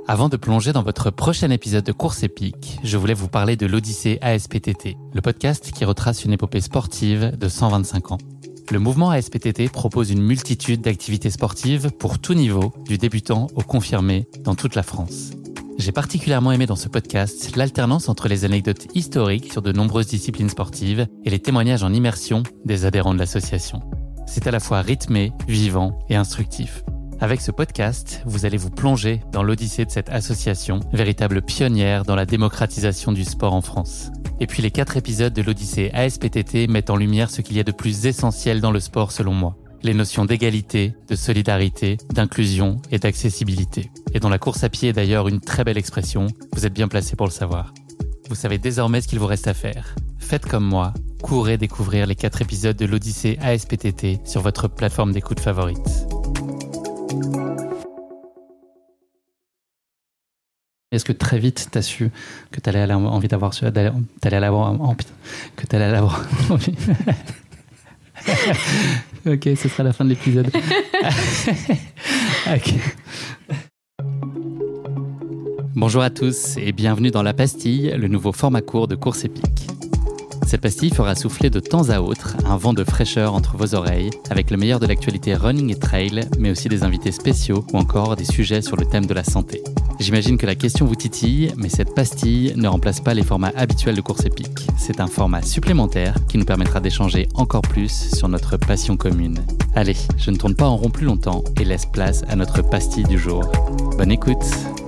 Avant de plonger dans votre prochain épisode de Course épique, je voulais vous parler de l'Odyssée ASPTT, le podcast qui retrace une épopée sportive de 125 ans. Le mouvement ASPTT propose une multitude d'activités sportives pour tout niveau, du débutant au confirmé, dans toute la France. J'ai particulièrement aimé dans ce podcast l'alternance entre les anecdotes historiques sur de nombreuses disciplines sportives et les témoignages en immersion des adhérents de l'association. C'est à la fois rythmé, vivant et instructif. Avec ce podcast, vous allez vous plonger dans l'odyssée de cette association, véritable pionnière dans la démocratisation du sport en France. Et puis les 4 épisodes de l'Odyssée ASPTT mettent en lumière ce qu'il y a de plus essentiel dans le sport selon moi. Les notions d'égalité, de solidarité, d'inclusion et d'accessibilité. Et dont la course à pied est d'ailleurs une très belle expression, vous êtes bien placé pour le savoir. Vous savez désormais ce qu'il vous reste à faire. Faites comme moi, courez découvrir les 4 épisodes de l'Odyssée ASPTT sur votre plateforme d'écoute favorite. Est-ce que très vite t'as su que t'allais avoir envie d'avoir que t'allais avoir envie. Ok, ce sera la fin de l'épisode. Okay. Bonjour à tous et bienvenue dans La Pastille, le nouveau format court de Course épique. Cette pastille fera souffler de temps à autre un vent de fraîcheur entre vos oreilles, avec le meilleur de l'actualité running et trail, mais aussi des invités spéciaux ou encore des sujets sur le thème de la santé. J'imagine que la question vous titille, mais cette pastille ne remplace pas les formats habituels de Course épique. C'est un format supplémentaire qui nous permettra d'échanger encore plus sur notre passion commune. Allez, je ne tourne pas en rond plus longtemps et laisse place à notre pastille du jour. Bonne écoute!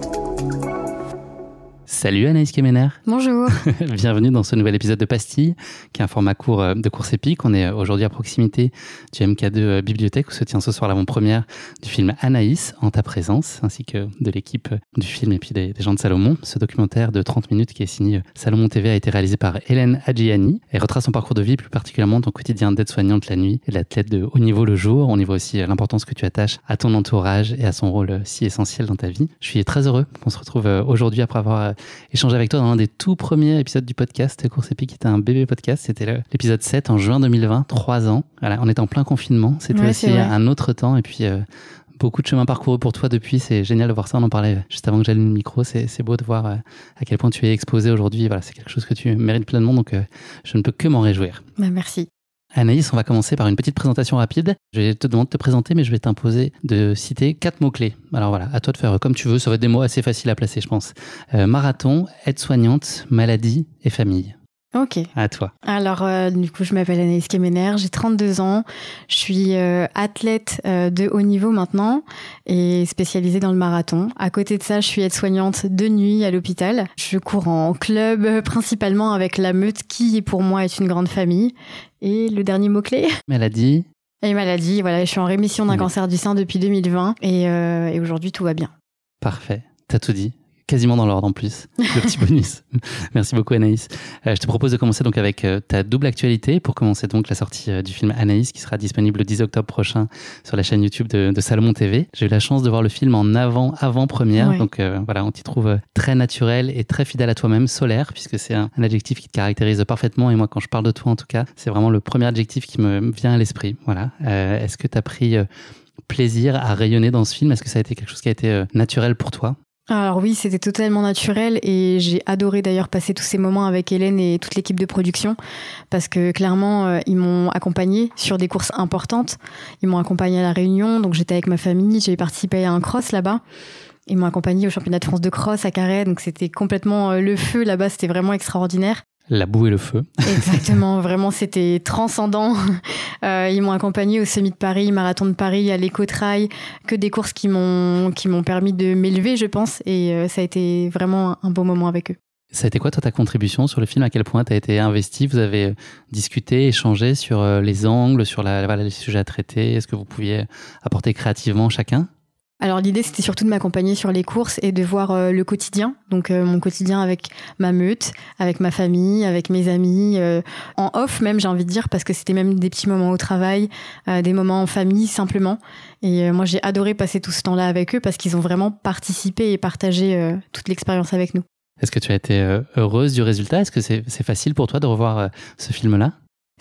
Salut Anaïs Kemener. Bonjour. Bienvenue dans ce nouvel épisode de Pastille, qui est un format court de Course épique. On est aujourd'hui à proximité du MK2 Bibliothèque, où se tient ce soir l'avant-première du film Anaïs, en ta présence, ainsi que de l'équipe du film et puis des gens de Salomon. Ce documentaire de 30 minutes qui est signé Salomon TV a été réalisé par Hélène Adjiani et retrace son parcours de vie, plus particulièrement ton quotidien d'aide-soignante la nuit et d'athlète de haut niveau le jour. On y voit aussi l'importance que tu attaches à ton entourage et à son rôle si essentiel dans ta vie. Je suis très heureux qu'on se retrouve aujourd'hui après avoir échanger avec toi dans l'un des tout premiers épisodes du podcast Course épique, qui était un bébé podcast. C'était l'épisode 7 en juin 2020, 3 ans. Voilà, on était en plein confinement. C'était aussi un autre temps. Et puis, beaucoup de chemin parcouru pour toi depuis. C'est génial de voir ça. On en parlait juste avant que j'allume le micro. C'est beau de voir à quel point tu es exposé aujourd'hui. Voilà, c'est quelque chose que tu mérites pleinement. Donc, je ne peux que m'en réjouir. Merci. Anaïs, on va commencer par une petite présentation rapide. Je vais te demander de te présenter, mais je vais t'imposer de citer 4 mots-clés. Alors voilà, à toi de faire comme tu veux. Ça va être des mots assez faciles à placer, je pense. Marathon, aide-soignante, maladie et famille. Ok. À toi. Alors, du coup, je m'appelle Anaïs Kemener, j'ai 32 ans. Je suis athlète de haut niveau maintenant et spécialisée dans le marathon. À côté de ça, je suis aide-soignante de nuit à l'hôpital. Je cours en club, principalement avec la Meute, qui pour moi est une grande famille. Et le dernier mot-clé ? Maladie. Et maladie, voilà, je suis en rémission d'un cancer du sein depuis 2020 et aujourd'hui, tout va bien. Parfait, t'as tout dit. Quasiment dans l'ordre en plus, le petit bonus. Merci beaucoup Anaïs. Je te propose de commencer donc avec ta double actualité pour commencer donc la sortie du film Anaïs qui sera disponible le 10 octobre prochain sur la chaîne YouTube de Salomon TV. J'ai eu la chance de voir le film en avant-première, ouais. Donc voilà, on t'y trouve très naturel et très fidèle à toi-même, solaire, puisque c'est un adjectif qui te caractérise parfaitement et moi quand je parle de toi en tout cas, c'est vraiment le premier adjectif qui me vient à l'esprit. Voilà. Est-ce que tu as pris plaisir à rayonner dans ce film ? Est-ce que ça a été quelque chose qui a été naturel pour toi ? Alors oui, c'était totalement naturel et j'ai adoré d'ailleurs passer tous ces moments avec Hélène et toute l'équipe de production parce que clairement, ils m'ont accompagnée sur des courses importantes. Ils m'ont accompagnée à La Réunion, donc j'étais avec ma famille, j'ai participé à un cross là-bas. Ils m'ont accompagnée au championnat de France de cross à Carhaix, donc c'était complètement le feu là-bas, c'était vraiment extraordinaire. La boue et le feu. Exactement, vraiment c'était transcendant. Ils m'ont accompagné au Semi de Paris, Marathon de Paris, à l'Éco-Trail, que des courses qui m'ont permis de m'élever, je pense, et ça a été vraiment un beau moment avec eux. Ça a été quoi toi ta contribution sur le film ? À quel point tu as été investi ? Vous avez discuté, échangé sur les angles, sur les sujets à traiter ? Est-ce que vous pouviez apporter créativement chacun ? Alors l'idée c'était surtout de m'accompagner sur les courses et de voir le quotidien, donc mon quotidien avec ma meute, avec ma famille, avec mes amis, en off même j'ai envie de dire parce que c'était même des petits moments au travail, des moments en famille simplement et moi j'ai adoré passer tout ce temps-là avec eux parce qu'ils ont vraiment participé et partagé toute l'expérience avec nous. Est-ce que tu as été heureuse du résultat ? Est-ce que c'est facile pour toi de revoir ce film-là ?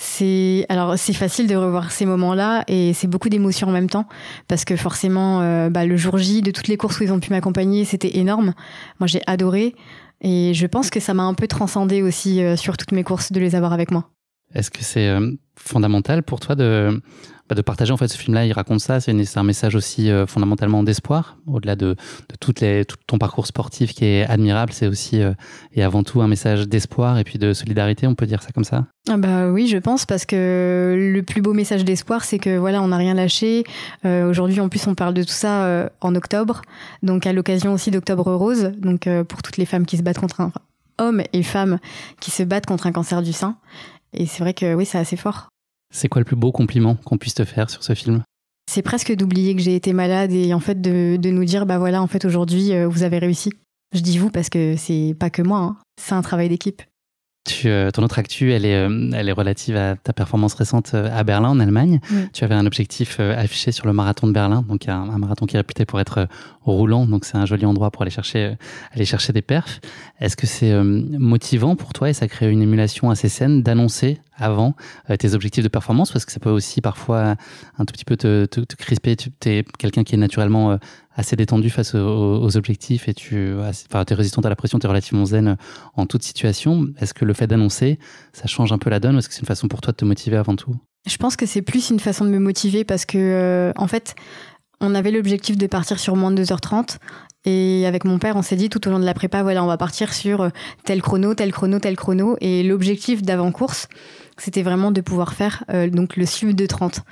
C'est facile de revoir ces moments-là et c'est beaucoup d'émotions en même temps parce que forcément, le jour J de toutes les courses où ils ont pu m'accompagner, c'était énorme. Moi, j'ai adoré et je pense que ça m'a un peu transcendée aussi sur toutes mes courses de les avoir avec moi. Est-ce que c'est fondamental pour toi de partager en fait ce film-là? Il raconte ça, c'est un message aussi fondamentalement d'espoir, au-delà de tout ton parcours sportif qui est admirable, c'est aussi et avant tout un message d'espoir et puis de solidarité, on peut dire ça comme ça? Oui, je pense, parce que le plus beau message d'espoir, c'est que voilà, on n'a rien lâché. Aujourd'hui, en plus, on parle de tout ça en octobre, donc à l'occasion aussi d'Octobre Rose, donc pour toutes les femmes qui se battent hommes et femmes qui se battent contre un cancer du sein. Et c'est vrai que oui, c'est assez fort. C'est quoi le plus beau compliment qu'on puisse te faire sur ce film? C'est presque d'oublier que j'ai été malade et en fait de nous dire, en fait aujourd'hui, vous avez réussi. Je dis vous parce que c'est pas que moi, hein. C'est un travail d'équipe. Ton autre actu, elle est relative à ta performance récente à Berlin, en Allemagne. Oui. Tu avais un objectif affiché sur le marathon de Berlin, donc un marathon qui est réputé pour être roulant, donc c'est un joli endroit pour aller chercher des perfs. Est-ce que c'est motivant pour toi et ça crée une émulation assez saine d'annoncer avant tes objectifs de performance, parce que ça peut aussi parfois un tout petit peu te crisper? Tu es quelqu'un qui est naturellement assez détendu face aux objectifs et tu es résistante à la pression, tu es relativement zen en toute situation. Est-ce que le fait d'annoncer, ça change un peu la donne, ou est-ce que c'est une façon pour toi de te motiver avant tout? Je pense que c'est plus une façon de me motiver parce que en fait, on avait l'objectif de partir sur moins de 2h30. Et avec mon père, on s'est dit tout au long de la prépa, voilà, on va partir sur tel chrono. Et l'objectif d'avant-course, c'était vraiment de pouvoir faire donc le sub de 30.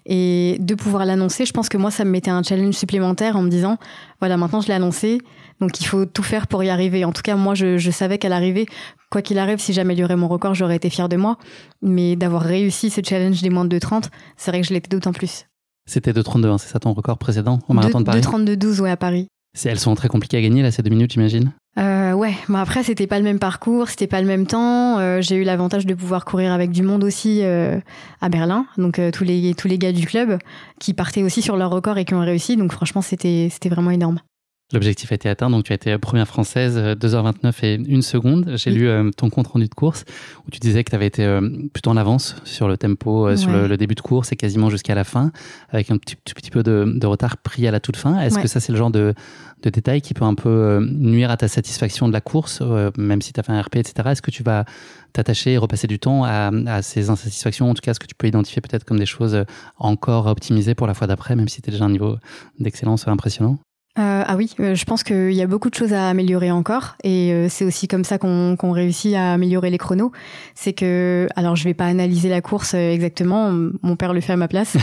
Et de pouvoir l'annoncer, je pense que moi, ça me mettait un challenge supplémentaire en me disant, voilà, maintenant je l'ai annoncé, donc il faut tout faire pour y arriver. En tout cas, moi, je savais qu'à l'arrivée, quoi qu'il arrive, si j'améliorais mon record, j'aurais été fière de moi. Mais d'avoir réussi ce challenge des moins de 2h30, c'est vrai que je l'étais d'autant plus. C'était 2h32, c'est ça ton record précédent au marathon de Paris? 2h32,12, ouais, à Paris. Elles sont très compliquées à gagner, là, ces 2 minutes, j'imagine? Ouais, après, c'était pas le même parcours, c'était pas le même temps. J'ai eu l'avantage de pouvoir courir avec du monde aussi à Berlin. Donc, tous les gars du club qui partaient aussi sur leur record et qui ont réussi. Donc, franchement, c'était vraiment énorme. L'objectif a été atteint, donc tu as été première française, 2h29 et 1 seconde. J'ai lu ton compte rendu de course où tu disais que tu avais été plutôt en avance sur le tempo, sur le début de course et quasiment jusqu'à la fin, avec un petit peu de retard pris à la toute fin. Est-ce que ça, c'est le genre de détail qui peut un peu nuire à ta satisfaction de la course, même si tu as fait un RP, etc. Est-ce que tu vas t'attacher et repasser du temps à ces insatisfactions, en tout cas, ce que tu peux identifier peut-être comme des choses encore optimisées pour la fois d'après, même si tu es déjà à un niveau d'excellence impressionnant? Oui, je pense qu'il y a beaucoup de choses à améliorer encore et c'est aussi comme ça qu'on réussit à améliorer les chronos. C'est que, alors je vais pas analyser la course exactement, mon père le fait à ma place.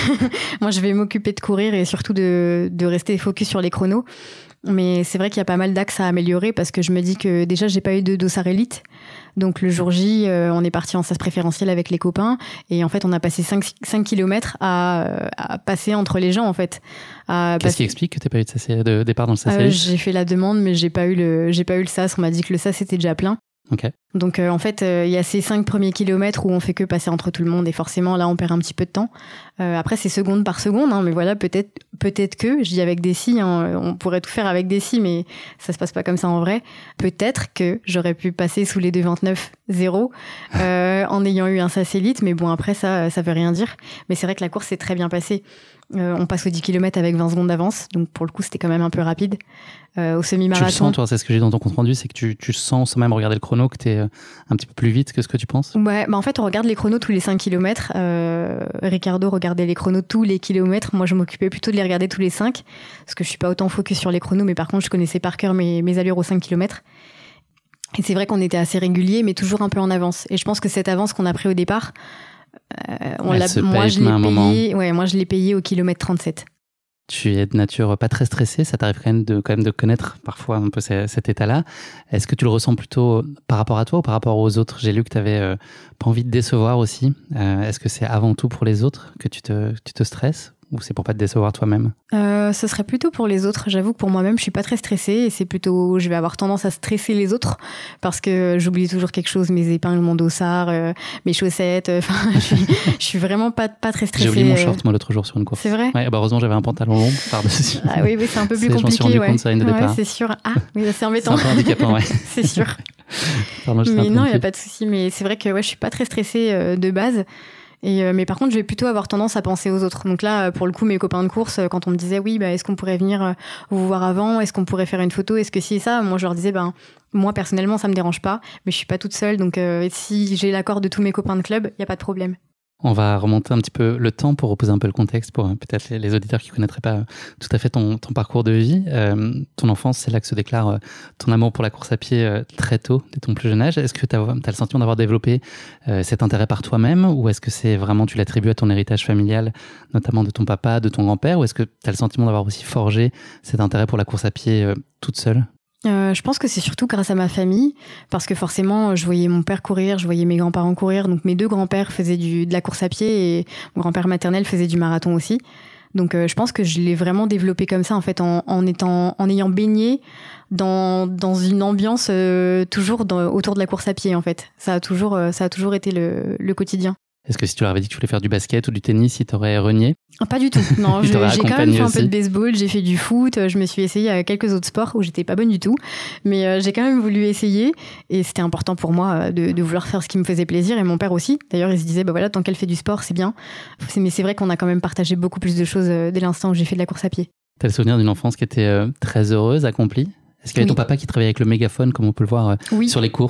Moi je vais m'occuper de courir et surtout de rester focus sur les chronos. Mais c'est vrai qu'il y a pas mal d'axes à améliorer parce que je me dis que déjà j'ai pas eu de dossard élite. Donc le jour J, on est parti en sas préférentiel avec les copains et en fait on a passé 5 kilomètres à passer entre les gens en fait. Qu'est-ce qui explique que tu n'aies pas eu de départ dans le sas élite? J'ai fait la demande mais j'ai pas eu le sas. On m'a dit que le sas était déjà plein. Okay. Donc en fait il y a ces 5 premiers kilomètres où on fait que passer entre tout le monde et forcément là on perd un petit peu de temps. Après c'est seconde par seconde, hein, mais voilà, peut-être que, je dis avec des si, hein, on pourrait tout faire avec des si, mais ça se passe pas comme ça en vrai. Peut-être que j'aurais pu passer sous les 2,29,0 en ayant eu un sas élite, mais bon après ça veut rien dire. Mais c'est vrai que la course s'est très bien passée. On passe aux 10 km avec 20 secondes d'avance, donc pour le coup c'était quand même un peu rapide. Au semi-marathon. Tu le sens, toi, c'est ce que j'ai dans ton compte rendu, c'est que tu sens sans même regarder le chrono que t'es un petit peu plus vite que ce que tu penses? Ouais, en fait on regarde les chronos tous les 5 km. Ricardo regardait les chronos tous les kilomètres. Moi je m'occupais plutôt de les regarder tous les 5, parce que je suis pas autant focus sur les chronos, mais par contre je connaissais par cœur mes allures aux 5 km. Et c'est vrai qu'on était assez réguliers, mais toujours un peu en avance. Et je pense que cette avance qu'on a pris au départ, moi je l'ai payé au kilomètre 37. Tu es de nature pas très stressée, ça t'arrive quand même de connaître parfois un peu cet état-là. Est-ce que tu le ressens plutôt par rapport à toi ou par rapport aux autres? J'ai lu que tu avais pas envie de décevoir aussi. Est-ce que c'est avant tout pour les autres que tu te stresses? Ou c'est pour pas te décevoir toi-même? Ce serait plutôt pour les autres. J'avoue que pour moi-même, je suis pas très stressée et c'est plutôt, je vais avoir tendance à stresser les autres parce que j'oublie toujours quelque chose, mes épingles, mon dossard, mes chaussettes. Je suis vraiment pas très stressée. J'ai oublié mon short, moi, l'autre jour sur une course. C'est vrai? Ouais, heureusement, j'avais un pantalon long par-dessus. Ah oui, c'est un peu plus compliqué. Je m'en suis rendu compte, ça, une de départ. C'est sûr. Ah, oui, c'est embêtant. C'est un peu handicapant, ouais. C'est sûr. Pardon, mais non, il n'y a pas de souci. Mais c'est vrai que je suis pas très stressée de base. Mais par contre, je vais plutôt avoir tendance à penser aux autres. Donc là, pour le coup, mes copains de course, quand on me disait oui, est-ce qu'on pourrait venir vous voir avant ? Est-ce qu'on pourrait faire une photo ? Est-ce que si et ça ? Moi, je leur disais moi personnellement, ça me dérange pas, mais je suis pas toute seule. Donc si j'ai l'accord de tous mes copains de club, il y a pas de problème. On va remonter un petit peu le temps pour reposer un peu le contexte pour peut-être les auditeurs qui ne connaîtraient pas tout à fait ton parcours de vie. Ton enfance, c'est là que se déclare ton amour pour la course à pied très tôt, dès ton plus jeune âge. Est-ce que tu as le sentiment d'avoir développé cet intérêt par toi-même, ou est-ce que c'est vraiment tu l'attribues à ton héritage familial, notamment de ton papa, de ton grand-père, ou est-ce que tu as le sentiment d'avoir aussi forgé cet intérêt pour la course à pied toute seule ? Je pense que c'est surtout grâce à ma famille, parce que forcément, je voyais mon père courir, je voyais mes grands-parents courir. Donc mes deux grands-pères faisaient de la course à pied et mon grand-père maternel faisait du marathon aussi. Donc je pense que je l'ai vraiment développé comme ça en fait, en ayant baigné dans une ambiance toujours autour de la course à pied en fait. Ça a toujours été le quotidien. Est-ce que si tu leur avais dit que tu voulais faire du basket ou du tennis, ils t'auraient renié ? Pas du tout. Non, j'ai quand même fait un peu de baseball, j'ai fait du foot, je me suis essayée à quelques autres sports où j'étais pas bonne du tout, mais j'ai quand même voulu essayer et c'était important pour moi de vouloir faire ce qui me faisait plaisir, et mon père aussi. D'ailleurs, il se disait voilà, tant qu'elle fait du sport, c'est bien. Mais c'est vrai qu'on a quand même partagé beaucoup plus de choses dès l'instant où j'ai fait de la course à pied. T'as le souvenir d'une enfance qui était très heureuse, accomplie ? Est-ce qu'il y avait ton papa qui travaillait avec le mégaphone, comme on peut le voir sur les courses ?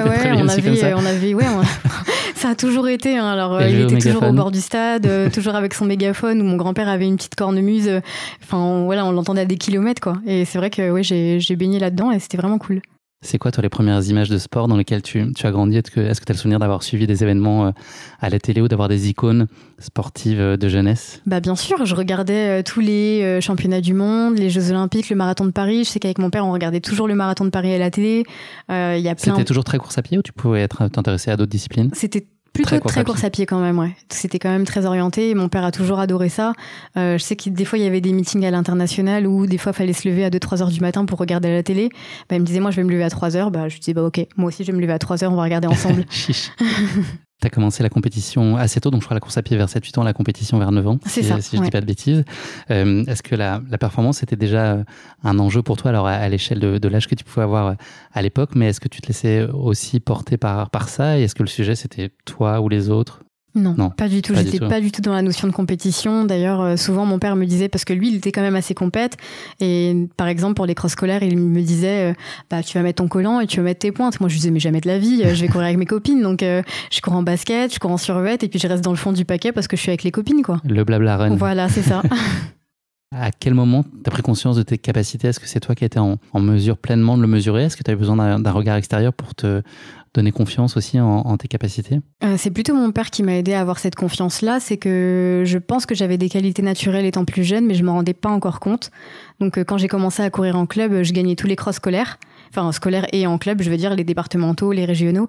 Ouais, ça a toujours été. Alors, il était toujours au bord du stade, toujours avec son mégaphone, où mon grand-père avait une petite cornemuse. Enfin, voilà, on l'entendait à des kilomètres, quoi. Et c'est vrai que j'ai baigné là-dedans et c'était vraiment cool. C'est quoi, toi, les premières images de sport dans lesquelles tu as grandi ? Est-ce que tu as le souvenir d'avoir suivi des événements à la télé ou d'avoir des icônes sportives de jeunesse ? Bien sûr, je regardais tous les championnats du monde, les Jeux Olympiques, le marathon de Paris. Je sais qu'avec mon père, on regardait toujours le marathon de Paris à la télé. C'était toujours très course à pied ou tu pouvais t'intéresser à d'autres disciplines ? C'était plutôt très course à pied quand même, ouais. C'était quand même très orienté. Mon père a toujours adoré ça. Je sais que des fois, il y avait des meetings à l'international où des fois, il fallait se lever à 2-3 heures du matin pour regarder à la télé. Il me disait, moi, je vais me lever à 3 heures. Je disais, ok, moi aussi, je vais me lever à 3 heures, on va regarder ensemble. Tu as commencé la compétition assez tôt, donc je crois la course à pied vers 7-8 ans, la compétition vers 9 ans, si je ne dis pas de bêtises. Est-ce que la performance était déjà un enjeu pour toi, alors à l'échelle de l'âge que tu pouvais avoir à l'époque, mais est-ce que tu te laissais aussi porter par ça, et est-ce que le sujet c'était toi ou les autres ? Non, pas du tout. J'étais pas du tout dans la notion de compétition. D'ailleurs, souvent mon père me disait, parce que lui, il était quand même assez compète. Et par exemple, pour les crosses scolaires, il me disait, tu vas mettre ton collant et tu vas mettre tes pointes. Moi, je disais, mais jamais de la vie. Je vais courir avec mes copines. Donc, je cours en basket, je cours en survêt, et puis je reste dans le fond du paquet parce que je suis avec les copines, quoi. Le blabla run. Voilà, c'est ça. À quel moment tu as pris conscience de tes capacités ? Est-ce que c'est toi qui as été en mesure pleinement de le mesurer ? Est-ce que tu as eu besoin d'un regard extérieur pour te donner confiance aussi en tes capacités ? C'est plutôt mon père qui m'a aidé à avoir cette confiance-là. C'est que je pense que j'avais des qualités naturelles étant plus jeune, mais je m'en rendais pas encore compte. Donc quand j'ai commencé à courir en club, je gagnais tous les crosses scolaires. Enfin, scolaires et en club, je veux dire les départementaux, les régionaux.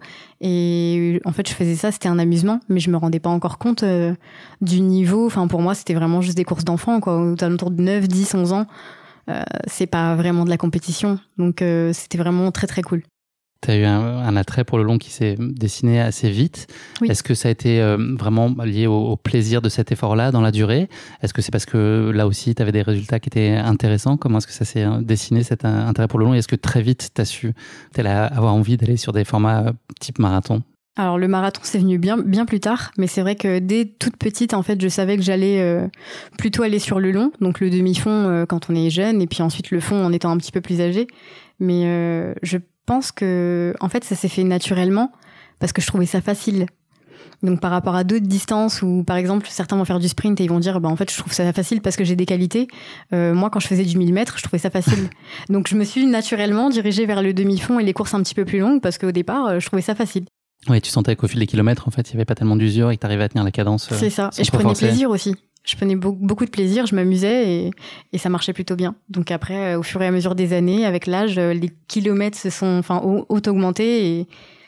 Et en fait, je faisais ça, c'était un amusement, mais je me rendais pas encore compte du niveau. Enfin, pour moi, c'était vraiment juste des courses d'enfants, quoi. Aux alentours de 9, 10, 11 ans. C'est pas vraiment de la compétition. Donc, c'était vraiment très, très cool. Tu as eu un attrait pour le long qui s'est dessiné assez vite. Oui. Est-ce que ça a été vraiment lié au plaisir de cet effort-là dans la durée ? Est-ce que c'est parce que là aussi, tu avais des résultats qui étaient intéressants ? Comment est-ce que ça s'est dessiné, cet intérêt pour le long ? Et est-ce que très vite, tu as su avoir envie d'aller sur des formats type marathon ? Alors le marathon, c'est venu bien plus tard, mais c'est vrai que dès toute petite, en fait, je savais que j'allais plutôt aller sur le long, donc le demi-fond quand on est jeune, et puis ensuite le fond en étant un petit peu plus âgé. Mais je pense que, en fait, ça s'est fait naturellement parce que je trouvais ça facile. Donc par rapport à d'autres distances où, par exemple, certains vont faire du sprint et ils vont dire, en fait, je trouve ça facile parce que j'ai des qualités. Moi, quand je faisais du 1000 mètres, je trouvais ça facile. Donc je me suis naturellement dirigée vers le demi-fond et les courses un petit peu plus longues parce qu'au départ, je trouvais ça facile. Oui, tu sentais qu'au fil des kilomètres, en fait, il n'y avait pas tellement d'usure et que tu arrivais à tenir la cadence. C'est ça. Et je prenais plaisir aussi. Je prenais beaucoup de plaisir, je m'amusais et ça marchait plutôt bien. Donc après, au fur et à mesure des années, avec l'âge, les kilomètres ont augmenté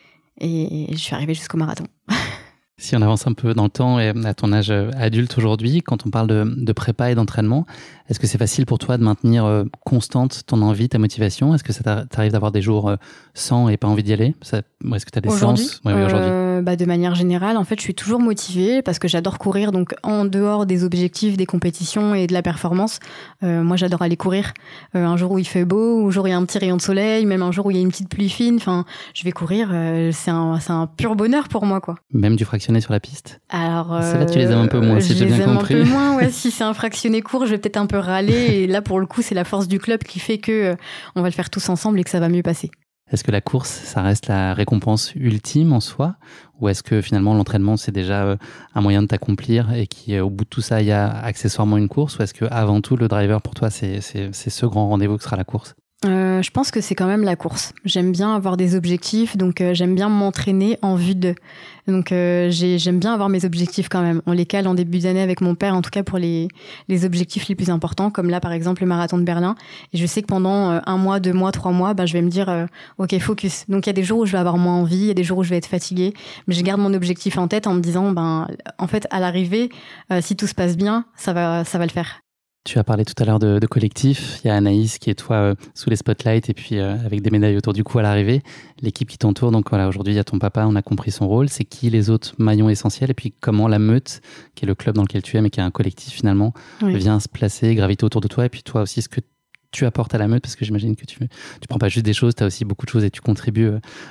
et je suis arrivée jusqu'au marathon. Si on avance un peu dans le temps et à ton âge adulte aujourd'hui, quand on parle de prépa et d'entraînement, est-ce que c'est facile pour toi de maintenir constante ton envie, ta motivation ? Est-ce que ça t'arrive d'avoir des jours sans et pas envie d'y aller ? Est-ce que tu as des séances ? Oui, aujourd'hui. De manière générale, en fait, je suis toujours motivée parce que j'adore courir. Donc, en dehors des objectifs, des compétitions et de la performance, moi, j'adore aller courir. Un jour où il fait beau, un jour où il y a un petit rayon de soleil, même un jour où il y a une petite pluie fine. Enfin, je vais courir. C'est un pur bonheur pour moi, quoi. Même du fractionné sur la piste? Alors, celle-là, tu les aimes un peu moins, si j'ai bien compris. Je les aime un peu moins, ouais. Si c'est un fractionné court, je vais peut-être un peu râler. Et là, pour le coup, c'est la force du club qui fait que on va le faire tous ensemble et que ça va mieux passer. Est-ce que la course, ça reste la récompense ultime en soi? Ou est-ce que finalement l'entraînement, c'est déjà un moyen de t'accomplir et qu'au bout de tout ça, il y a accessoirement une course? Ou est-ce que avant tout, le driver, pour toi, c'est ce grand rendez-vous que sera la course? Je pense que c'est quand même la course. J'aime bien avoir des objectifs, donc j'aime bien m'entraîner en vue de. Donc j'aime bien avoir mes objectifs quand même. On les cale en début d'année avec mon père, en tout cas pour les objectifs les plus importants, comme là par exemple le marathon de Berlin. Et je sais que pendant 1 mois, 2 mois, 3 mois, je vais me dire ok, focus. Donc il y a des jours où je vais avoir moins envie, il y a des jours où je vais être fatiguée, mais je garde mon objectif en tête en me disant en fait à l'arrivée, si tout se passe bien, ça va le faire. Tu as parlé tout à l'heure de collectif. Il y a Anaïs qui est toi sous les spotlights et puis avec des médailles autour du cou à l'arrivée. L'équipe qui t'entoure, donc voilà, aujourd'hui il y a ton papa, on a compris son rôle. C'est qui les autres maillons essentiels? Et puis comment la Meute, qui est le club dans lequel tu es, mais qui est un collectif finalement, vient se placer, graviter autour de toi? Et puis toi aussi, ce que tu apportes à la Meute, parce que j'imagine que tu prends pas juste des choses, tu as aussi beaucoup de choses et tu contribues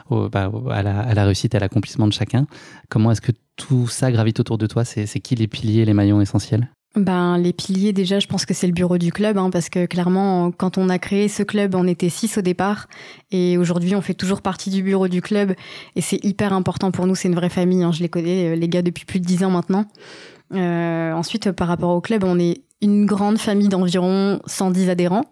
à la réussite et à l'accomplissement de chacun. Comment est-ce que tout ça gravite autour de toi? C'est qui les piliers, les maillons essentiels? Les piliers, déjà, je pense que c'est le bureau du club, parce que clairement, quand on a créé ce club, on était 6 au départ, et aujourd'hui, on fait toujours partie du bureau du club, et c'est hyper important pour nous, c'est une vraie famille, je les connais, les gars, depuis plus de 10 ans maintenant. Ensuite, par rapport au club, on est une grande famille d'environ 110 adhérents.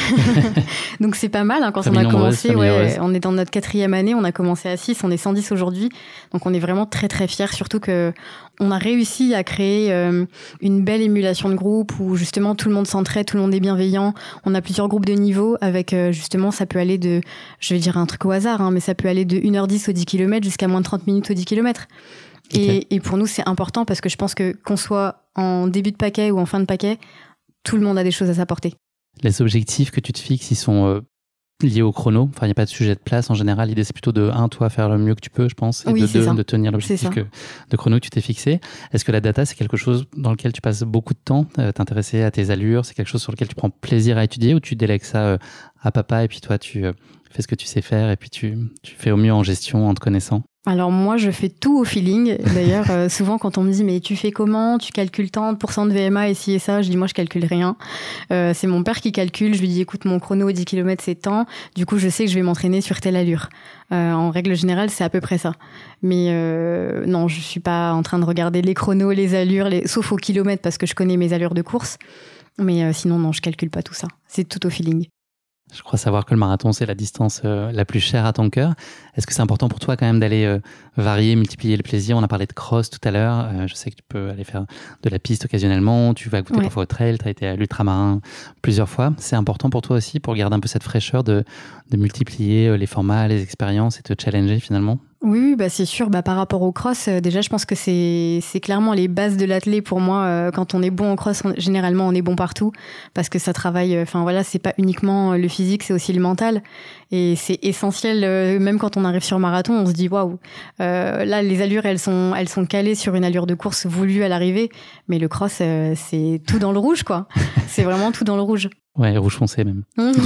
Donc c'est pas mal, quand famille on a commencé, on est dans notre 4e année, on a commencé à 6, on est 110 aujourd'hui. Donc on est vraiment très très fiers, surtout que on a réussi à créer une belle émulation de groupe où justement tout le monde s'entraide, tout le monde est bienveillant. On a plusieurs groupes de niveau avec justement, ça peut aller de, je vais dire un truc au hasard, mais ça peut aller de 1h10 au 10 km jusqu'à moins de 30 minutes au 10 km. Okay. Et pour nous, c'est important parce que je pense que qu'on soit en début de paquet ou en fin de paquet, tout le monde a des choses à s'apporter. Les objectifs que tu te fixes, ils sont liés au chrono. Enfin, il n'y a pas de sujet de place en général. L'idée, c'est plutôt de, toi, faire le mieux que tu peux, je pense, et oui, de 2, de tenir l'objectif de chrono que tu t'es fixé. Est-ce que la data, c'est quelque chose dans lequel tu passes beaucoup de temps, t'intéresser à tes allures? C'est quelque chose sur lequel tu prends plaisir à étudier, ou tu délègues ça à papa et puis toi, tu fais ce que tu sais faire et puis tu fais au mieux en gestion en te connaissant? Alors moi, je fais tout au feeling. D'ailleurs, souvent quand on me dit « mais tu fais comment? Tu calcules tant de % de VMA et ci et ça ?» Je dis « moi, je calcule rien. » C'est mon père qui calcule. Je lui dis « écoute, mon chrono au 10 km, c'est tant. Du coup, je sais que je vais m'entraîner sur telle allure. » En règle générale, c'est à peu près ça. Mais non, je suis pas en train de regarder les chronos, les allures, sauf au kilomètre parce que je connais mes allures de course. Mais sinon, non, je calcule pas tout ça. C'est tout au feeling. Je crois savoir que le marathon, c'est la distance la plus chère à ton cœur. Est-ce que c'est important pour toi quand même d'aller varier, multiplier le plaisir? On a parlé de cross tout à l'heure. Je sais que tu peux aller faire de la piste occasionnellement. Tu vas goûter parfois au trail. Tu as été à l'ultramarin plusieurs fois. C'est important pour toi aussi pour garder un peu cette fraîcheur de multiplier les formats, les expériences et te challenger finalement? Oui, c'est sûr. Par rapport au cross, déjà, je pense que c'est clairement les bases de l'athlète pour moi. Quand on est bon au cross, généralement, on est bon partout parce que ça travaille. Enfin voilà, c'est pas uniquement le physique, c'est aussi le mental. Et c'est essentiel. Même quand on arrive sur marathon, on se dit waouh. Là, les allures, elles sont calées sur une allure de course voulue à l'arrivée. Mais le cross, c'est tout dans le rouge, quoi. C'est vraiment tout dans le rouge. Ouais, rouge foncé même.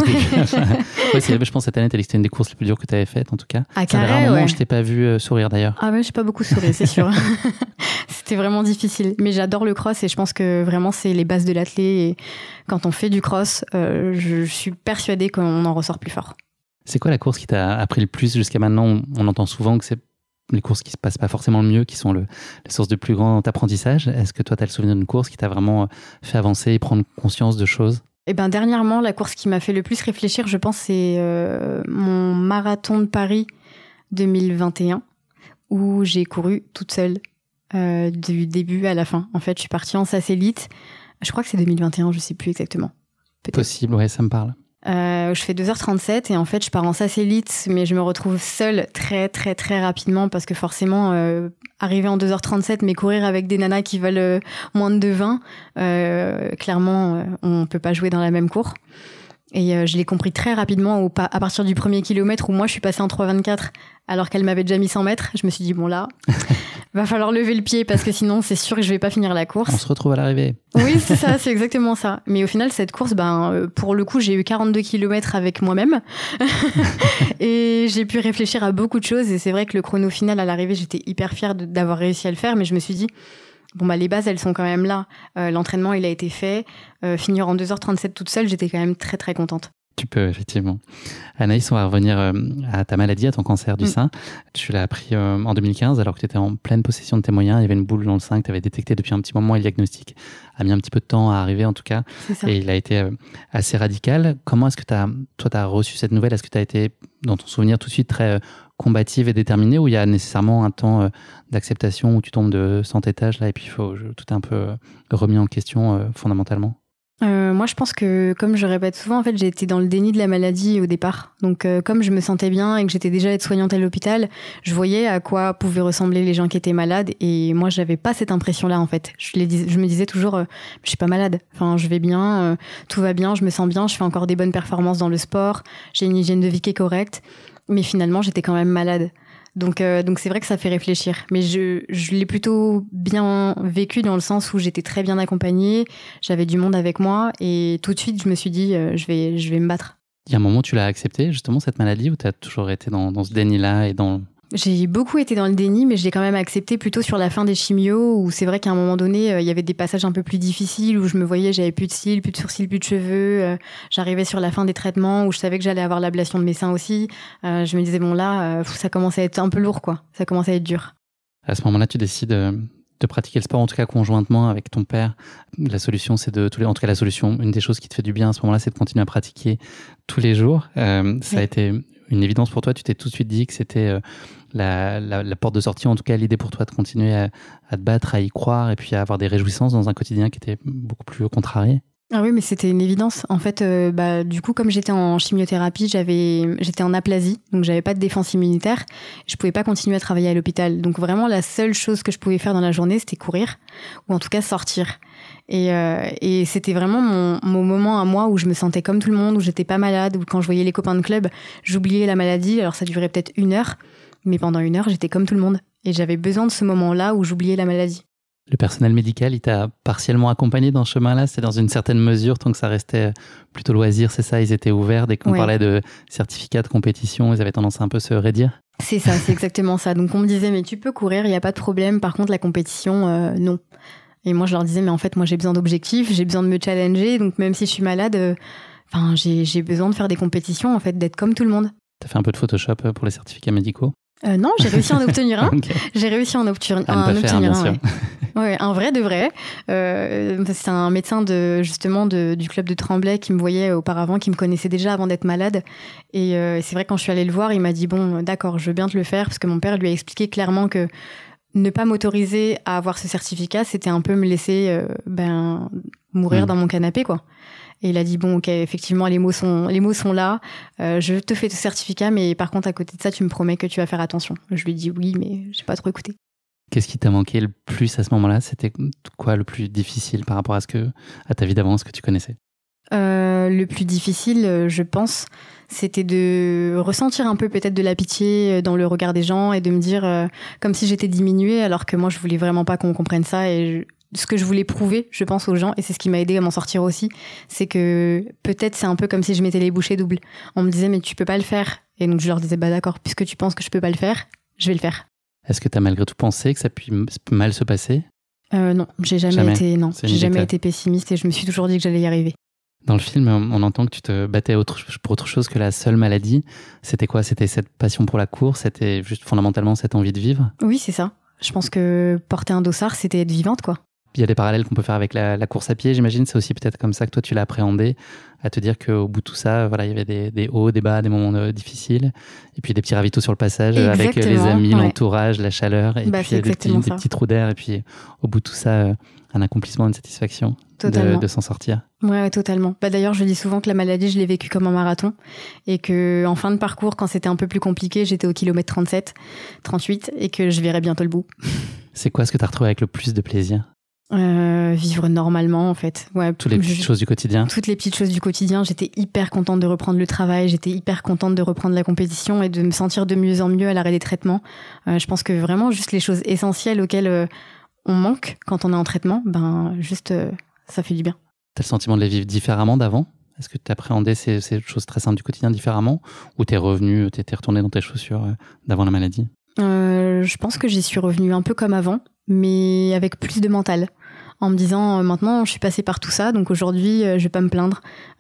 Je pense cette année, t'as dit que c'était une des courses les plus dures que tu avais faites, en tout cas. À carré, moment, je t'ai pas vu sourire d'ailleurs. Ah ouais, j'ai pas beaucoup souri, c'est sûr. C'était vraiment difficile. Mais j'adore le cross et je pense que vraiment, c'est les bases de l'athlète. Et quand on fait du cross, je suis persuadée qu'on en ressort plus fort. C'est quoi la course qui t'a appris le plus jusqu'à maintenant? On entend souvent que c'est les courses qui se passent pas forcément le mieux, qui sont les sources de plus grand apprentissage. Est-ce que toi, tu as le souvenir d'une course qui t'a vraiment fait avancer et prendre conscience de choses? Dernièrement, la course qui m'a fait le plus réfléchir, je pense, c'est mon marathon de Paris 2021, où j'ai couru toute seule du début à la fin. En fait, je suis partie en satellite. Je crois que c'est 2021, je sais plus exactement. Peut-être. Possible, ouais, ça me parle. Je fais 2h37 et en fait je pars en satellite, mais je me retrouve seule très très très rapidement parce que forcément arriver en 2h37 mais courir avec des nanas qui veulent moins de 2h20, clairement on peut pas jouer dans la même cour. Et je l'ai compris très rapidement à partir du premier kilomètre où moi je suis passée en 3,24 alors qu'elle m'avait déjà mis 100 mètres. Je me suis dit, bon là, va falloir lever le pied parce que sinon c'est sûr que je vais pas finir la course. On se retrouve à l'arrivée. Oui, c'est ça, c'est exactement ça. Mais au final, cette course, pour le coup, j'ai eu 42 kilomètres avec moi-même. Et j'ai pu réfléchir à beaucoup de choses. Et c'est vrai que le chrono final à l'arrivée, j'étais hyper fière d'avoir réussi à le faire. Mais je me suis dit, bon, les bases, elles sont quand même là. L'entraînement, il a été fait. Finir en 2h37 toute seule, j'étais quand même très, très contente. Tu peux, effectivement. Anaïs, on va revenir à ta maladie, à ton cancer du sein. Tu l'as appris en 2015, alors que tu étais en pleine possession de tes moyens. Il y avait une boule dans le sein que tu avais détectée depuis un petit moment et le diagnostic a mis un petit peu de temps à arriver, en tout cas. C'est ça. Et il a été assez radical. Comment est-ce que toi, tu as reçu cette nouvelle? Est-ce que tu as été, dans ton souvenir, tout de suite très combative et déterminée, ou il y a nécessairement un temps d'acceptation où tu tombes de 100 étages, là, et puis tout est un peu remis en question fondamentalement? Moi, je pense que, comme je répète souvent, en fait, j'ai été dans le déni de la maladie au départ. Donc, comme je me sentais bien et que j'étais déjà aide-soignante à l'hôpital, je voyais à quoi pouvaient ressembler les gens qui étaient malades. Et moi, j'avais pas cette impression-là, en fait. Je me disais toujours, je suis pas malade. Enfin, je vais bien, tout va bien, je me sens bien, je fais encore des bonnes performances dans le sport, j'ai une hygiène de vie qui est correcte. Mais finalement, j'étais quand même malade. Donc c'est vrai que ça fait réfléchir. Mais je l'ai plutôt bien vécu dans le sens où j'étais très bien accompagnée, j'avais du monde avec moi et tout de suite je me suis dit je vais me battre. Il y a un moment où tu l'as accepté justement cette maladie, ou tu as toujours été dans ce déni-là et dans... J'ai beaucoup été dans le déni, mais je l'ai quand même accepté plutôt sur la fin des chimios, où c'est vrai qu'à un moment donné, il y avait des passages un peu plus difficiles, où je me voyais, j'avais plus de cils, plus de sourcils, plus de cheveux. J'arrivais sur la fin des traitements, où je savais que j'allais avoir l'ablation de mes seins aussi. Je me disais, bon là, ça commence à être un peu lourd, quoi. Ça commence à être dur. À ce moment-là, tu décides de pratiquer le sport, en tout cas conjointement avec ton père. La solution, c'est en tout cas la solution, une des choses qui te fait du bien à ce moment-là, c'est de continuer à pratiquer tous les jours. Ça a été une évidence pour toi? Tu t'es tout de suite dit que c'était la porte de sortie, en tout cas l'idée pour toi de continuer à te battre, à y croire et puis à avoir des réjouissances dans un quotidien qui était beaucoup plus contrarié? Ah oui, mais c'était une évidence. En fait, du coup, comme j'étais en chimiothérapie, j'étais en aplasie, donc j'avais pas de défense immunitaire. Je pouvais pas continuer à travailler à l'hôpital. Donc vraiment, la seule chose que je pouvais faire dans la journée, c'était courir, ou en tout cas sortir. Et c'était vraiment mon moment à moi où je me sentais comme tout le monde, où j'étais pas malade, où quand je voyais les copains de club, j'oubliais la maladie. Alors ça durait peut-être 1 heure, mais pendant 1 heure, j'étais comme tout le monde. Et j'avais besoin de ce moment-là où j'oubliais la maladie. Le personnel médical, il t'a partiellement accompagné dans ce chemin-là? C'est dans une certaine mesure, tant que ça restait plutôt loisir, c'est ça? Ils étaient ouverts dès qu'on parlait de certificats de compétition, ils avaient tendance à un peu se raidir? C'est ça, c'est exactement ça. Donc on me disait, mais tu peux courir, il n'y a pas de problème. Par contre, la compétition, non. Et moi, je leur disais, mais en fait, moi, j'ai besoin d'objectifs, j'ai besoin de me challenger. Donc même si je suis malade, j'ai besoin de faire des compétitions, en fait, d'être comme tout le monde. T'as fait un peu de Photoshop pour les certificats médicaux? Non, j'ai réussi à en obtenir un. Okay. J'ai réussi à en obtenir un. Bien sûr. Ouais, un vrai de vrai. C'est un médecin du club de Tremblay qui me voyait auparavant, qui me connaissait déjà avant d'être malade. Et c'est vrai, quand je suis allée le voir, il m'a dit, bon, d'accord, je veux bien te le faire, parce que mon père lui a expliqué clairement que ne pas m'autoriser à avoir ce certificat, c'était un peu me laisser mourir dans mon canapé, quoi. Et il a dit, bon, ok, effectivement, les mots sont là, je te fais ce certificat, mais par contre, à côté de ça, tu me promets que tu vas faire attention. Je lui ai dit oui, mais j'ai pas trop écouté. Qu'est-ce qui t'a manqué le plus à ce moment-là? C'était quoi le plus difficile par rapport à ta vie d'avant, ce que tu connaissais? Le plus difficile, je pense, c'était de ressentir un peu peut-être de la pitié dans le regard des gens et de me dire comme si j'étais diminuée, alors que moi, je voulais vraiment pas qu'on comprenne ça. Et ce que je voulais prouver, je pense, aux gens, et c'est ce qui m'a aidé à m'en sortir aussi, c'est que peut-être c'est un peu comme si je mettais les bouchées doubles. On me disait, mais tu peux pas le faire. Et donc je leur disais, bah d'accord, puisque tu penses que je peux pas le faire, je vais le faire. Est-ce que tu as malgré tout pensé que ça peut mal se passer? Non, j'ai jamais été pessimiste et je me suis toujours dit que j'allais y arriver. Dans le film, on entend que tu te battais pour autre chose que la seule maladie. C'était quoi? C'était cette passion pour la course? C'était juste fondamentalement cette envie de vivre? Oui, c'est ça. Je pense que porter un dossard, c'était être vivante, quoi. Il y a des parallèles qu'on peut faire avec la course à pied, j'imagine. C'est aussi peut-être comme ça que toi, tu l'as appréhendé, à te dire qu'au bout de tout ça, voilà, il y avait des hauts, des bas, des moments difficiles, et puis des petits ravitaux sur le passage. Exactement, avec les amis, l'entourage, la chaleur, et puis des petits trous d'air, et puis au bout de tout ça, un accomplissement, une satisfaction de s'en sortir. Ouais, totalement. D'ailleurs, je dis souvent que la maladie, je l'ai vécue comme un marathon, et que en fin de parcours, quand c'était un peu plus compliqué, j'étais au kilomètre 37, 38, et que je verrais bientôt le bout. C'est quoi ce que tu as retrouvé avec le plus de plaisir? Vivre normalement, en fait. Ouais, toutes les petites choses du quotidien. Toutes les petites choses du quotidien. J'étais hyper contente de reprendre le travail, j'étais hyper contente de reprendre la compétition et de me sentir de mieux en mieux à l'arrêt des traitements. Je pense que vraiment, juste les choses essentielles auxquelles on manque quand on est en traitement, ça fait du bien. T'as le sentiment de les vivre différemment d'avant ? Est-ce que tu appréhendais ces choses très simples du quotidien différemment ? Ou t'es retourné dans tes chaussures d'avant la maladie ? Je pense que j'y suis revenue un peu comme avant, mais avec plus de mental. En me disant, maintenant, je suis passée par tout ça, donc aujourd'hui, je vais pas me plaindre.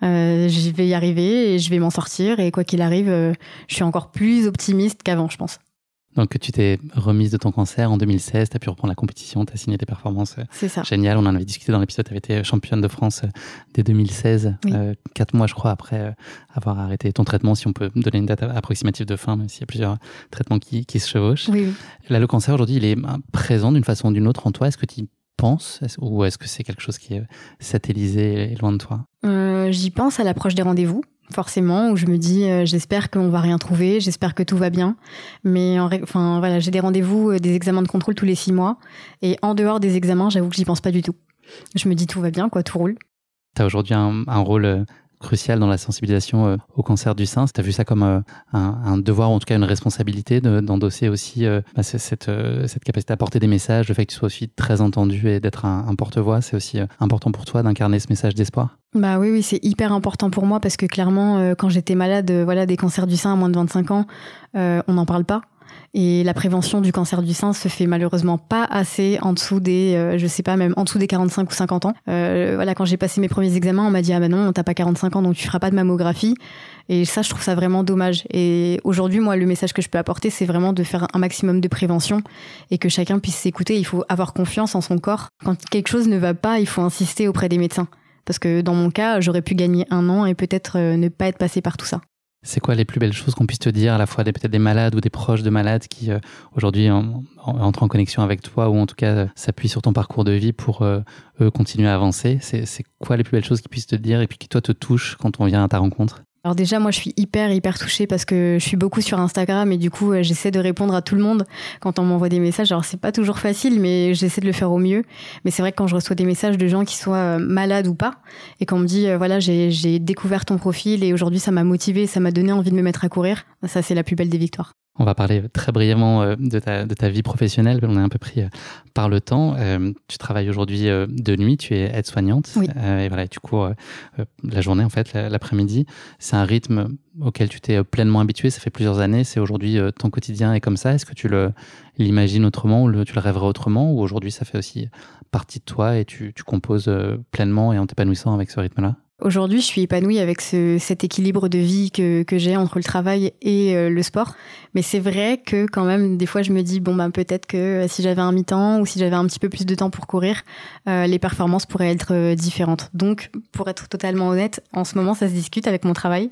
Je vais y arriver et je vais m'en sortir. Et quoi qu'il arrive, je suis encore plus optimiste qu'avant, je pense. Donc, tu t'es remise de ton cancer en 2016, tu as pu reprendre la compétition, tu as signé des performances géniales. On en avait discuté dans l'épisode, tu avais été championne de France dès 2016, oui. 4 mois, je crois, après avoir arrêté ton traitement, si on peut donner une date approximative de fin, même s'il y a plusieurs traitements qui se chevauchent. Oui. Là, le cancer, aujourd'hui, il est présent d'une façon ou d'une autre en toi. Est-ce que tu y penses ou est-ce que c'est quelque chose qui est satellisé et loin de toi ? J'y pense à l'approche des rendez-vous. Forcément, où je me dis j'espère qu'on va rien trouver, j'espère que tout va bien. Mais j'ai des rendez-vous, des examens de contrôle tous les 6 mois. Et en dehors des examens, j'avoue que j'y pense pas du tout. Je me dis tout va bien, tout roule. Tu as aujourd'hui un rôle crucial dans la sensibilisation au cancer du sein. Tu as vu ça comme un devoir, ou en tout cas une responsabilité d'endosser aussi cette capacité à porter des messages, le fait que tu sois aussi très entendu et d'être un porte-voix. C'est aussi important pour toi d'incarner ce message d'espoir ? Oui, c'est hyper important pour moi parce que clairement, quand j'étais malade, des cancers du sein à moins de 25 ans, on n'en parle pas. Et la prévention du cancer du sein se fait malheureusement pas assez en dessous des, même en dessous des 45 ou 50 ans. Quand j'ai passé mes premiers examens, on m'a dit « Ah ben non, t'as pas 45 ans, donc tu feras pas de mammographie ». Et ça, je trouve ça vraiment dommage. Et aujourd'hui, moi, le message que je peux apporter, c'est vraiment de faire un maximum de prévention et que chacun puisse s'écouter. Il faut avoir confiance en son corps. Quand quelque chose ne va pas, il faut insister auprès des médecins. Parce que dans mon cas, j'aurais pu gagner 1 an et peut-être ne pas être passée par tout ça. C'est quoi les plus belles choses qu'on puisse te dire, à la fois peut-être des malades ou des proches de malades qui aujourd'hui entrent en connexion avec toi ou en tout cas s'appuient sur ton parcours de vie pour eux continuer à avancer ? C'est quoi les plus belles choses qu'ils puissent te dire et puis qui toi te touchent quand on vient à ta rencontre ? Alors déjà, moi, je suis hyper touchée parce que je suis beaucoup sur Instagram et du coup, j'essaie de répondre à tout le monde quand on m'envoie des messages. Alors, c'est pas toujours facile, mais j'essaie de le faire au mieux. Mais c'est vrai que quand je reçois des messages de gens qui soient malades ou pas et qu'on me dit, j'ai découvert ton profil et aujourd'hui, ça m'a motivée, ça m'a donné envie de me mettre à courir, ça, c'est la plus belle des victoires. On va parler très brièvement de ta vie professionnelle. On est un peu pris par le temps. Tu travailles aujourd'hui de nuit, tu es aide-soignante. Oui. Et tu cours la journée, en fait, l'après-midi. C'est un rythme auquel tu t'es pleinement habitué. Ça fait plusieurs années. C'est aujourd'hui ton quotidien est comme ça. Est-ce que tu l'imagines autrement ou tu le rêverais autrement ? Ou aujourd'hui, ça fait aussi partie de toi et tu composes pleinement et en t'épanouissant avec ce rythme-là ? Aujourd'hui, je suis épanouie avec cet équilibre de vie que j'ai entre le travail et le sport. Mais c'est vrai que quand même, des fois, je me dis, peut-être que si j'avais un mi-temps ou si j'avais un petit peu plus de temps pour courir, les performances pourraient être différentes. Donc, pour être totalement honnête, en ce moment, ça se discute avec mon travail.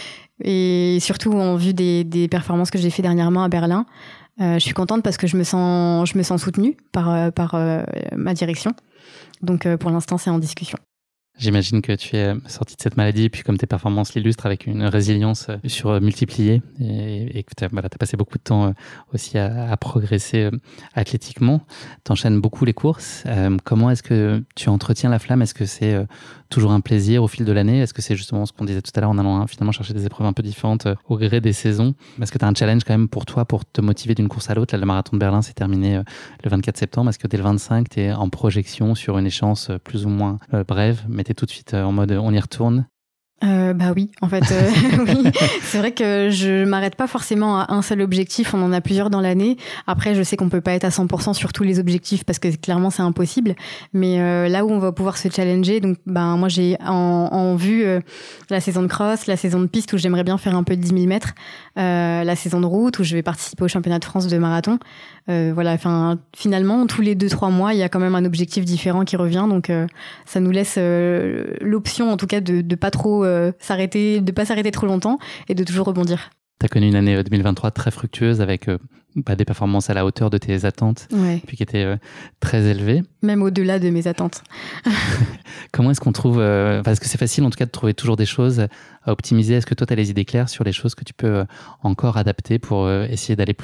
Et surtout en vue des performances que j'ai fait dernièrement à Berlin. Je suis contente parce que je me sens soutenue par ma direction. Donc, pour l'instant, c'est en discussion. J'imagine que tu es sorti de cette maladie, puis comme tes performances l'illustrent, avec une résilience multipliée et que tu as passé beaucoup de temps aussi à progresser athlétiquement. Tu enchaînes beaucoup les courses. Comment est-ce que tu entretiens la flamme ? Est-ce que c'est toujours un plaisir au fil de l'année ? Est-ce que c'est justement ce qu'on disait tout à l'heure en allant finalement chercher des épreuves un peu différentes au gré des saisons ? Est-ce que tu as un challenge quand même pour toi pour te motiver d'une course à l'autre ? Là, le marathon de Berlin s'est terminé le 24 septembre. Est-ce que dès le 25, tu es en projection sur une échéance plus ou moins brève, mais tu es tout de suite en mode on y retourne ? Oui, en fait, oui. C'est vrai que je m'arrête pas forcément à un seul objectif. On en a plusieurs dans l'année. Après, je sais qu'on peut pas être à 100% sur tous les objectifs parce que clairement, c'est impossible. Mais là où on va pouvoir se challenger, donc, moi, j'ai en vue la saison de cross, la saison de piste où j'aimerais bien faire un peu de 10 000 mètres, la saison de route où je vais participer au championnat de France de marathon. Finalement, tous les 2-3 mois, il y a quand même un objectif différent qui revient. Donc, ça nous laisse l'option, en tout cas, de pas trop s'arrêter, de pas s'arrêter trop longtemps et de toujours rebondir. Tu as connu une année 2023 très fructueuse avec des performances à la hauteur de tes attentes, puis qui étaient très élevées. Même au-delà de mes attentes. Comment est-ce qu'on trouve... Est-ce que c'est facile en tout cas de trouver toujours des choses à optimiser ? Est-ce que toi tu as les idées claires sur les choses que tu peux encore adapter pour essayer d'aller plus loin ?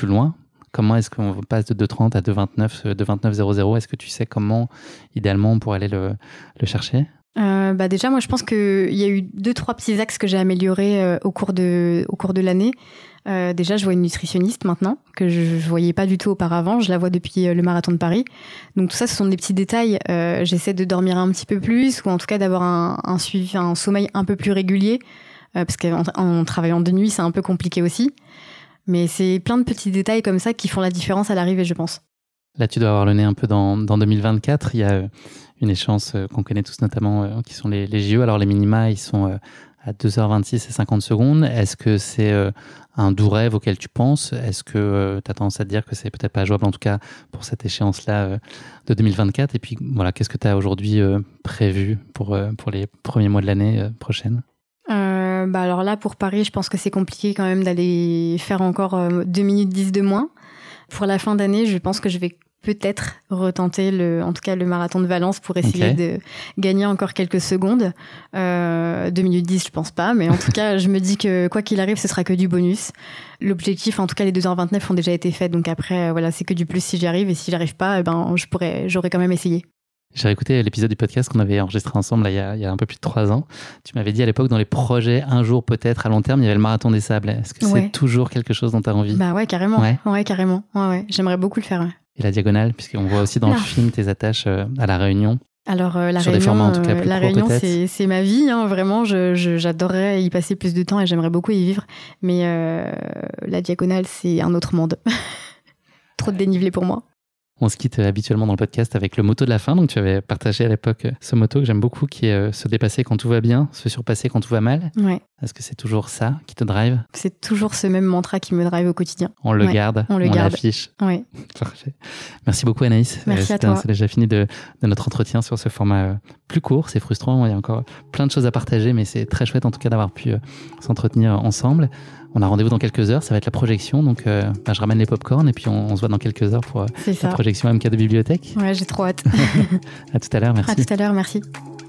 Comment est-ce qu'on passe de 2,30 à 2,29, 2,29,00? Est-ce que tu sais comment, idéalement, on pourrait aller le chercher? Déjà, moi, je pense qu'il y a eu 2-3 petits axes que j'ai améliorés au cours de l'année. Déjà, je vois une nutritionniste maintenant, que je voyais pas du tout auparavant. Je la vois depuis le marathon de Paris. Donc tout ça, ce sont des petits détails. J'essaie de dormir un petit peu plus, ou en tout cas d'avoir un suivi, un sommeil un peu plus régulier, parce qu'en travaillant de nuit, c'est un peu compliqué aussi. Mais c'est plein de petits détails comme ça qui font la différence à l'arrivée, je pense. Là, tu dois avoir le nez un peu dans 2024. Il y a une échéance qu'on connaît tous notamment, qui sont les JO. Alors, les minima, ils sont à 2h26 et 50 secondes. Est-ce que c'est un doux rêve auquel tu penses? Est-ce que tu as tendance à te dire que c'est peut-être pas jouable, en tout cas pour cette échéance-là de 2024? Et puis, voilà, qu'est-ce que tu as aujourd'hui prévu pour les premiers mois de l'année prochaine? Alors là, pour Paris, je pense que c'est compliqué quand même d'aller faire encore 2 minutes 10 de moins. Pour la fin d'année, je pense que je vais peut-être retenter en tout cas le marathon de Valence pour essayer de gagner encore quelques secondes. 2 minutes 10, je pense pas, mais en tout cas, je me dis que quoi qu'il arrive, ce sera que du bonus. L'objectif, en tout cas, les 2h29 ont déjà été faits, donc après, voilà, c'est que du plus si j'y arrive, et si j'y arrive pas, j'aurais quand même essayé. J'ai réécouté l'épisode du podcast qu'on avait enregistré ensemble là, il y a un peu plus de 3 ans. Tu m'avais dit à l'époque, dans les projets, un jour peut-être à long terme, il y avait le marathon des sables. Est-ce que c'est toujours quelque chose dont tu as envie? Ouais, carrément. Ouais, carrément. Ouais. J'aimerais beaucoup le faire. Ouais. Et la diagonale, puisqu'on voit aussi dans le film tes attaches à La Réunion. Alors, sur des formats en tout cas plus La courts, Réunion, peut-être. c'est ma vie. Hein, vraiment, j'adorerais y passer plus de temps et j'aimerais beaucoup y vivre. Mais la diagonale, c'est un autre monde. Trop de dénivelé pour moi. On se quitte habituellement dans le podcast avec le motto de la fin. Donc, tu avais partagé à l'époque ce motto que j'aime beaucoup, qui est se dépasser quand tout va bien, se surpasser quand tout va mal. Ouais. Est-ce que c'est toujours ça qui te drive? C'est toujours ce même mantra qui me drive au quotidien. On le garde, on l'affiche. Ouais. Parfait. Merci beaucoup, Anaïs. Merci à toi. C'est déjà fini de notre entretien sur ce format plus court. C'est frustrant, il y a encore plein de choses à partager, mais c'est très chouette en tout cas d'avoir pu s'entretenir ensemble. On a rendez-vous dans quelques heures, ça va être la projection, donc je ramène les pop-corn et puis on se voit dans quelques heures pour la projection MK de bibliothèque. Ouais, j'ai trop hâte. À tout à l'heure, merci. À tout à l'heure, merci.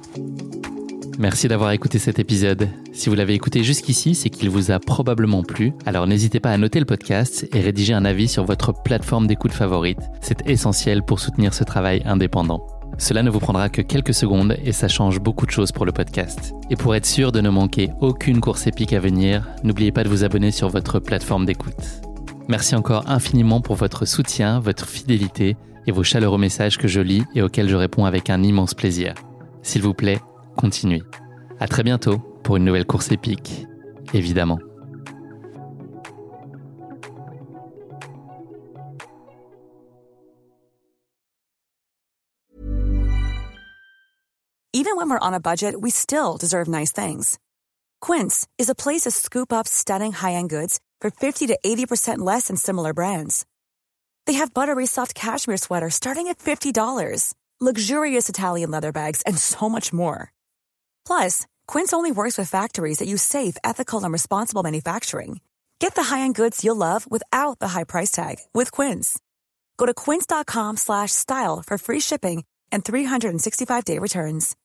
Merci d'avoir écouté cet épisode. Si vous l'avez écouté jusqu'ici, c'est qu'il vous a probablement plu. Alors n'hésitez pas à noter le podcast et rédiger un avis sur votre plateforme d'écoute favorite. C'est essentiel pour soutenir ce travail indépendant. Cela ne vous prendra que quelques secondes et ça change beaucoup de choses pour le podcast. Et pour être sûr de ne manquer aucune course épique à venir, n'oubliez pas de vous abonner sur votre plateforme d'écoute. Merci encore infiniment pour votre soutien, votre fidélité et vos chaleureux messages que je lis et auxquels je réponds avec un immense plaisir. S'il vous plaît, continuez. À très bientôt pour une nouvelle course épique, évidemment. Even when we're on a budget, we still deserve nice things. Quince is a place to scoop up stunning high-end goods for 50 to 80% less than similar brands. They have buttery soft cashmere sweaters starting at $50, luxurious Italian leather bags, and so much more. Plus, Quince only works with factories that use safe, ethical, and responsible manufacturing. Get the high-end goods you'll love without the high price tag with Quince. Go to quince.com/style for free shipping and 365-day returns.